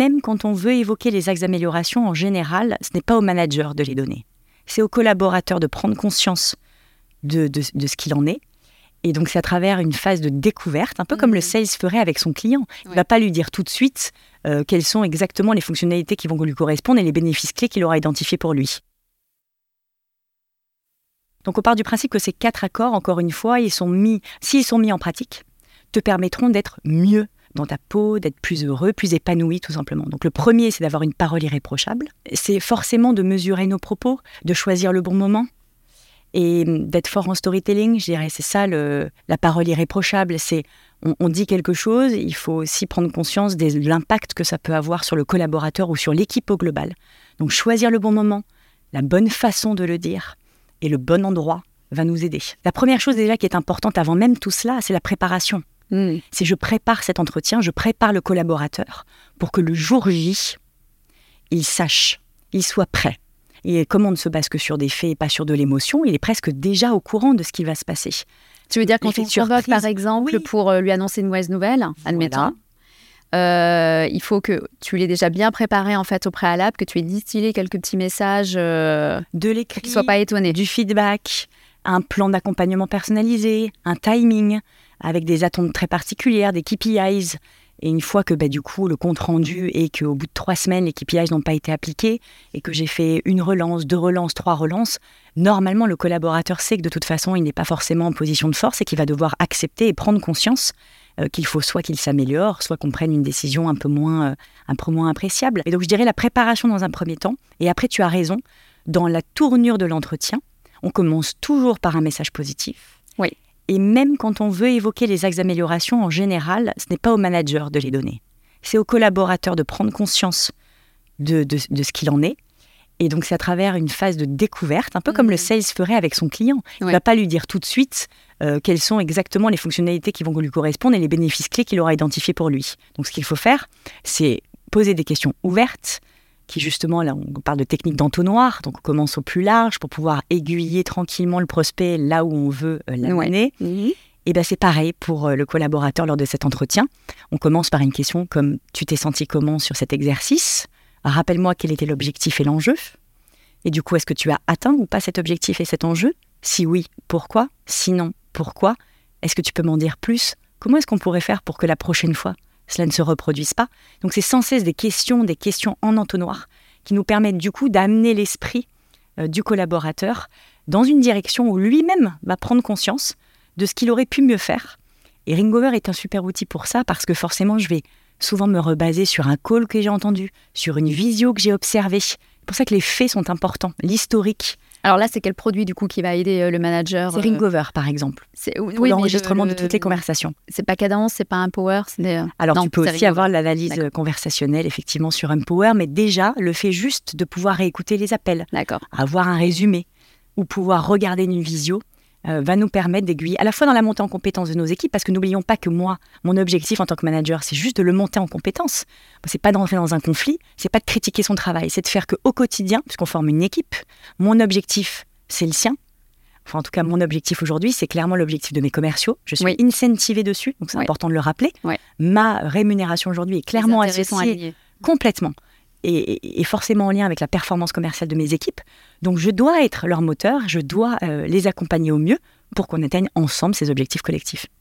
même quand on veut évoquer les axes d'amélioration, en général, ce n'est pas au manager de les donner. C'est au collaborateur de prendre conscience de ce qu'il en est. Et donc, c'est à travers une phase de découverte, un peu comme le sales ferait avec son client. Il ne va pas lui dire tout de suite quelles sont exactement les fonctionnalités qui vont lui correspondre et les bénéfices clés qu'il aura identifiés pour lui. Donc, on part du principe que ces 4 accords, encore une fois, s'ils sont mis en pratique, te permettront d'être mieux dans ta peau, d'être plus heureux, plus épanoui, tout simplement. Donc, le premier, c'est d'avoir une parole irréprochable. C'est forcément de mesurer nos propos, de choisir le bon moment et d'être fort en storytelling. Je dirais, c'est ça, la parole irréprochable. C'est, on dit quelque chose, il faut aussi prendre conscience de l'impact que ça peut avoir sur le collaborateur ou sur l'équipe au global. Donc, choisir le bon moment, la bonne façon de le dire et le bon endroit va nous aider. La première chose déjà qui est importante avant même tout cela, c'est la préparation. C'est je prépare cet entretien, je prépare le collaborateur pour que le jour J, il sache, il soit prêt. Et comme on ne se base que sur des faits et pas sur de l'émotion, il est presque déjà au courant de ce qui va se passer. Tu veux dire quand on convoque par exemple pour lui annoncer une mauvaise nouvelle, admettons, il faut que tu l'aies déjà bien préparé en fait au préalable, que tu aies distillé quelques petits messages de l'écrit, qu'il ne soit pas étonné. Du feedback, un plan d'accompagnement personnalisé, un timing avec des attentes très particulières, des KPIs. Et une fois que du coup le compte rendu est qu'au bout de 3 semaines, les KPIs n'ont pas été appliqués et que j'ai fait 1 relance, 2 relances, 3 relances, normalement le collaborateur sait que de toute façon il n'est pas forcément en position de force et qu'il va devoir accepter et prendre conscience qu'il faut soit qu'il s'améliore, soit qu'on prenne une décision un peu moins appréciable. Et donc je dirais la préparation dans un premier temps. Et après tu as raison, dans la tournure de l'entretien, on commence toujours par un message positif. Oui. Et même quand on veut évoquer les axes d'amélioration, en général, ce n'est pas au manager de les donner. C'est au collaborateur de prendre conscience de ce qu'il en est. Et donc, c'est à travers une phase de découverte, un peu comme le sales ferait avec son client. Il ne va pas lui dire tout de suite quelles sont exactement les fonctionnalités qui vont lui correspondre et les bénéfices clés qu'il aura identifiés pour lui. Donc, ce qu'il faut faire, c'est poser des questions ouvertes, qui justement, là, on parle de technique d'entonnoir, donc on commence au plus large pour pouvoir aiguiller tranquillement le prospect là où on veut l'amener. Et c'est pareil pour le collaborateur lors de cet entretien. On commence par une question comme « Tu t'es senti comment sur cet exercice ? Rappelle-moi quel était l'objectif et l'enjeu. Et du coup, est-ce que tu as atteint ou pas cet objectif et cet enjeu ? Si oui, pourquoi ? Sinon, pourquoi ? Est-ce que tu peux m'en dire plus ? Comment est-ce qu'on pourrait faire pour que la prochaine fois, cela ne se reproduise pas ? Donc, c'est sans cesse des questions en entonnoir qui nous permettent du coup d'amener l'esprit du collaborateur dans une direction où lui-même va prendre conscience de ce qu'il aurait pu mieux faire. Et Ringover est un super outil pour ça parce que forcément, je vais souvent me rebaser sur un call que j'ai entendu, sur une visio que j'ai observée. C'est pour ça que les faits sont importants, l'historique. Alors là, c'est quel produit du coup qui va aider le manager ? C'est Ringover, par exemple. Pour l'enregistrement de toutes les conversations. C'est pas Cadence, c'est pas Empower, Alors tu peux aussi avoir l'analyse conversationnelle effectivement sur Empower, mais déjà le fait juste de pouvoir réécouter les appels, avoir un résumé ou pouvoir regarder une visio va nous permettre d'aiguiller à la fois dans la montée en compétence de nos équipes, parce que n'oublions pas que moi, mon objectif en tant que manager, c'est juste de le monter en compétence. C'est pas d'entrer dans un conflit, c'est pas de critiquer son travail, c'est de faire qu'au quotidien, puisqu'on forme une équipe, mon objectif, c'est le sien. Enfin, en tout cas, mon objectif aujourd'hui, c'est clairement l'objectif de mes commerciaux. Je suis incentivée dessus, donc c'est important de le rappeler. Ma rémunération aujourd'hui est clairement associée complètement. Et forcément en lien avec la performance commerciale de mes équipes. Donc, je dois être leur moteur, je dois les accompagner au mieux pour qu'on atteigne ensemble ces objectifs collectifs.